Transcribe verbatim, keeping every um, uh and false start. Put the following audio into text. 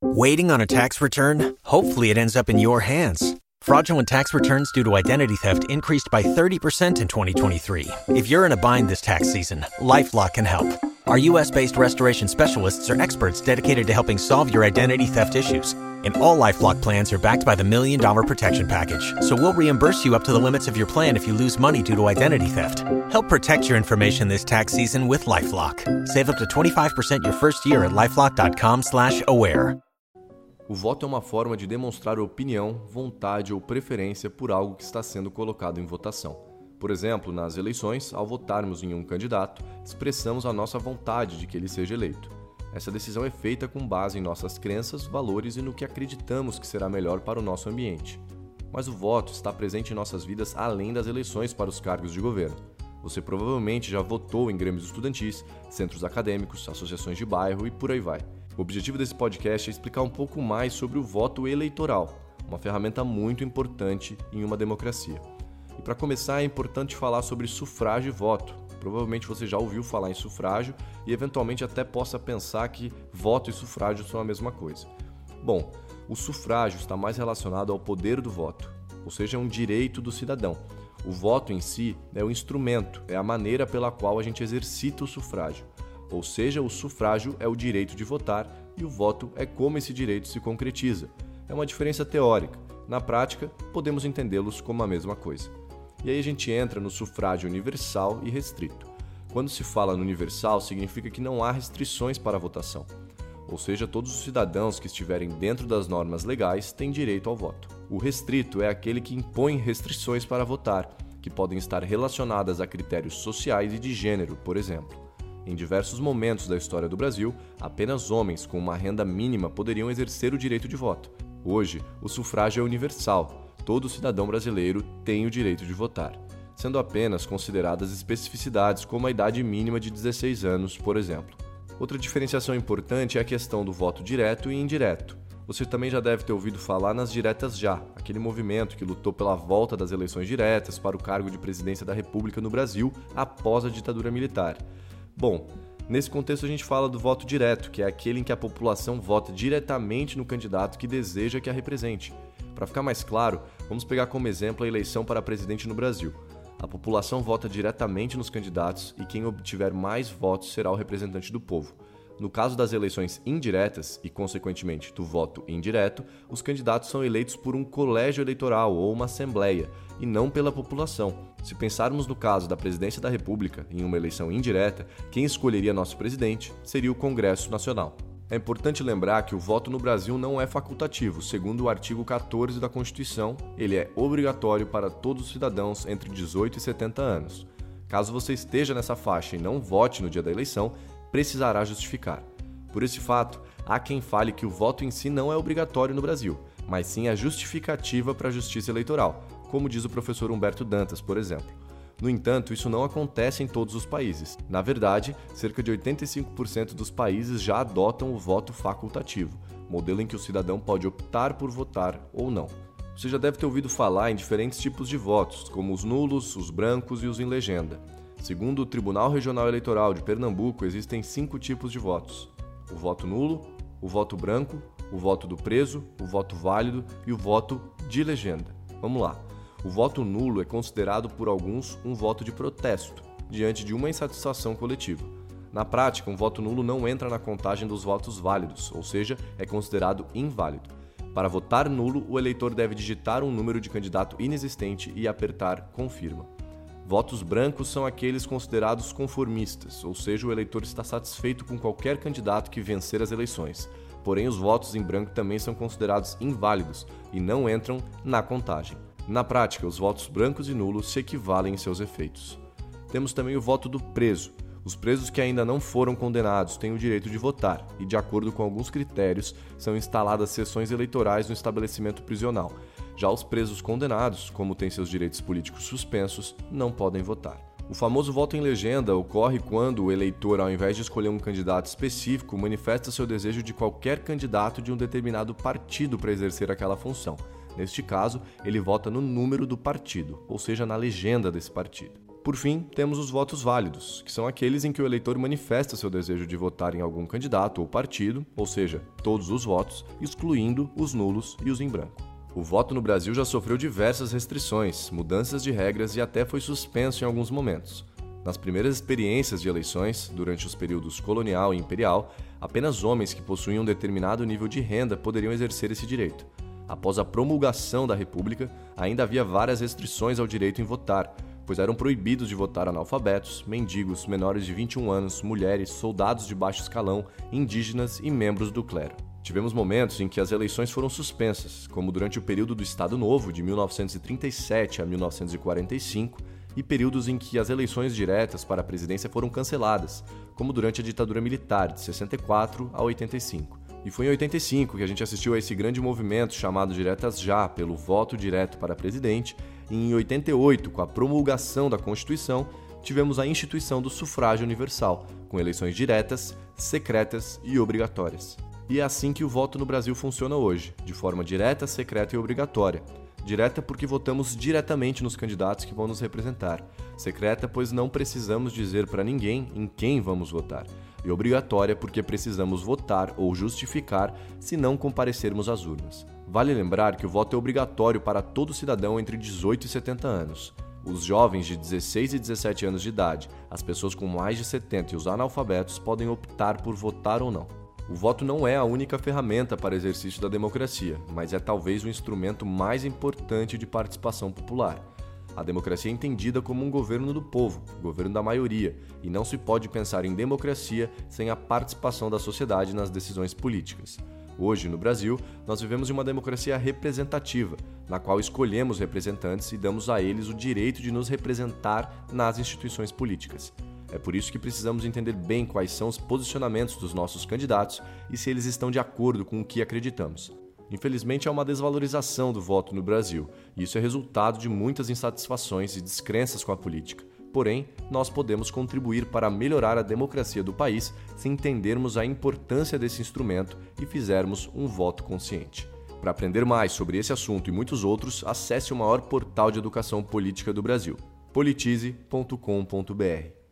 Waiting on a tax return? Hopefully it ends up in your hands. Fraudulent tax returns due to identity theft increased by thirty percent in twenty twenty-three. If you're in a bind this tax season, LifeLock can help. Our U S-based restoration specialists are experts dedicated to helping solve your identity theft issues. And all LifeLock plans are backed by the Million Dollar Protection Package. So we'll reimburse you up to the limits of your plan if you lose money due to identity theft. Help protect your information this tax season with LifeLock. Save up to twenty-five percent your first year at LifeLock.com slash aware. O voto é uma forma de demonstrar opinião, vontade ou preferência por algo que está sendo colocado em votação. Por exemplo, nas eleições, ao votarmos em um candidato, expressamos a nossa vontade de que ele seja eleito. Essa decisão é feita com base em nossas crenças, valores e no que acreditamos que será melhor para o nosso ambiente. Mas o voto está presente em nossas vidas além das eleições para os cargos de governo. Você provavelmente já votou em grêmios estudantis, centros acadêmicos, associações de bairro e por aí vai. O objetivo desse podcast é explicar um pouco mais sobre o voto eleitoral, uma ferramenta muito importante em uma democracia. E para começar, é importante falar sobre sufrágio e voto. Provavelmente você já ouviu falar em sufrágio e eventualmente até possa pensar que voto e sufrágio são a mesma coisa. Bom, o sufrágio está mais relacionado ao poder do voto, ou seja, é um direito do cidadão. O voto em si é o instrumento, é a maneira pela qual a gente exercita o sufrágio. Ou seja, o sufrágio é o direito de votar e o voto é como esse direito se concretiza. É uma diferença teórica. Na prática, podemos entendê-los como a mesma coisa. E aí a gente entra no sufrágio universal e restrito. Quando se fala no universal, significa que não há restrições para a votação. Ou seja, todos os cidadãos que estiverem dentro das normas legais têm direito ao voto. O restrito é aquele que impõe restrições para votar, que podem estar relacionadas a critérios sociais e de gênero, por exemplo. Em diversos momentos da história do Brasil, apenas homens com uma renda mínima poderiam exercer o direito de voto. Hoje, o sufrágio é universal. Todo cidadão brasileiro tem o direito de votar, sendo apenas consideradas especificidades como a idade mínima de dezesseis anos, por exemplo. Outra diferenciação importante é a questão do voto direto e indireto. Você também já deve ter ouvido falar nas diretas já, aquele movimento que lutou pela volta das eleições diretas para o cargo de presidência da República no Brasil após a ditadura militar. Bom, nesse contexto a gente fala do voto direto, que é aquele em que a população vota diretamente no candidato que deseja que a represente. Para ficar mais claro, vamos pegar como exemplo a eleição para presidente no Brasil. A população vota diretamente nos candidatos e quem obtiver mais votos será o representante do povo. No caso das eleições indiretas e, consequentemente, do voto indireto, os candidatos são eleitos por um colégio eleitoral ou uma assembleia, e não pela população. Se pensarmos no caso da presidência da República, em uma eleição indireta, quem escolheria nosso presidente seria o Congresso Nacional. É importante lembrar que o voto no Brasil não é facultativo. Segundo o artigo quatorze da Constituição, ele é obrigatório para todos os cidadãos entre dezoito e setenta anos. Caso você esteja nessa faixa e não vote no dia da eleição, precisará justificar. Por esse fato, há quem fale que o voto em si não é obrigatório no Brasil, mas sim a justificativa para a justiça eleitoral, como diz o professor Humberto Dantas, por exemplo. No entanto, isso não acontece em todos os países. Na verdade, cerca de oitenta e cinco por cento dos países já adotam o voto facultativo, modelo em que o cidadão pode optar por votar ou não. Você já deve ter ouvido falar em diferentes tipos de votos, como os nulos, os brancos e os em legenda. Segundo o Tribunal Regional Eleitoral de Pernambuco, existem cinco tipos de votos: o voto nulo, o voto branco, o voto do preso, o voto válido e o voto de legenda. Vamos lá. O voto nulo é considerado por alguns um voto de protesto, diante de uma insatisfação coletiva. Na prática, um voto nulo não entra na contagem dos votos válidos, ou seja, é considerado inválido. Para votar nulo, o eleitor deve digitar um número de candidato inexistente e apertar confirma. Votos brancos são aqueles considerados conformistas, ou seja, o eleitor está satisfeito com qualquer candidato que vencer as eleições. Porém, os votos em branco também são considerados inválidos e não entram na contagem. Na prática, os votos brancos e nulos se equivalem em seus efeitos. Temos também o voto do preso. Os presos que ainda não foram condenados têm o direito de votar e, de acordo com alguns critérios, são instaladas sessões eleitorais no estabelecimento prisional. Já os presos condenados, como têm seus direitos políticos suspensos, não podem votar. O famoso voto em legenda ocorre quando o eleitor, ao invés de escolher um candidato específico, manifesta seu desejo de qualquer candidato de um determinado partido para exercer aquela função. Neste caso, ele vota no número do partido, ou seja, na legenda desse partido. Por fim, temos os votos válidos, que são aqueles em que o eleitor manifesta seu desejo de votar em algum candidato ou partido, ou seja, todos os votos, excluindo os nulos e os em branco. O voto no Brasil já sofreu diversas restrições, mudanças de regras e até foi suspenso em alguns momentos. Nas primeiras experiências de eleições, durante os períodos colonial e imperial, apenas homens que possuíam um determinado nível de renda poderiam exercer esse direito. Após a promulgação da República, ainda havia várias restrições ao direito em votar, pois eram proibidos de votar analfabetos, mendigos, menores de vinte e um anos, mulheres, soldados de baixo escalão, indígenas e membros do clero. Tivemos momentos em que as eleições foram suspensas, como durante o período do Estado Novo, de mil novecentos e trinta e sete a mil novecentos e quarenta e cinco, e períodos em que as eleições diretas para a presidência foram canceladas, como durante a ditadura militar, de sessenta e quatro a oitenta e cinco. E foi em oitenta e cinco que a gente assistiu a esse grande movimento chamado Diretas Já, pelo voto direto para presidente, e em oitenta e oito, com a promulgação da Constituição, tivemos a instituição do sufrágio universal, com eleições diretas, secretas e obrigatórias. E é assim que o voto no Brasil funciona hoje, de forma direta, secreta e obrigatória. Direta porque votamos diretamente nos candidatos que vão nos representar. Secreta, pois não precisamos dizer para ninguém em quem vamos votar. E obrigatória porque precisamos votar ou justificar se não comparecermos às urnas. Vale lembrar que o voto é obrigatório para todo cidadão entre dezoito e setenta anos. Os jovens de dezesseis e dezessete anos de idade, as pessoas com mais de setenta e os analfabetos podem optar por votar ou não. O voto não é a única ferramenta para exercício da democracia, mas é talvez o instrumento mais importante de participação popular. A democracia é entendida como um governo do povo, governo da maioria, e não se pode pensar em democracia sem a participação da sociedade nas decisões políticas. Hoje, no Brasil, nós vivemos em uma democracia representativa, na qual escolhemos representantes e damos a eles o direito de nos representar nas instituições políticas. É por isso que precisamos entender bem quais são os posicionamentos dos nossos candidatos e se eles estão de acordo com o que acreditamos. Infelizmente, há uma desvalorização do voto no Brasil, e isso é resultado de muitas insatisfações e descrenças com a política. Porém, nós podemos contribuir para melhorar a democracia do país se entendermos a importância desse instrumento e fizermos um voto consciente. Para aprender mais sobre esse assunto e muitos outros, acesse o maior portal de educação política do Brasil, politize ponto com ponto br.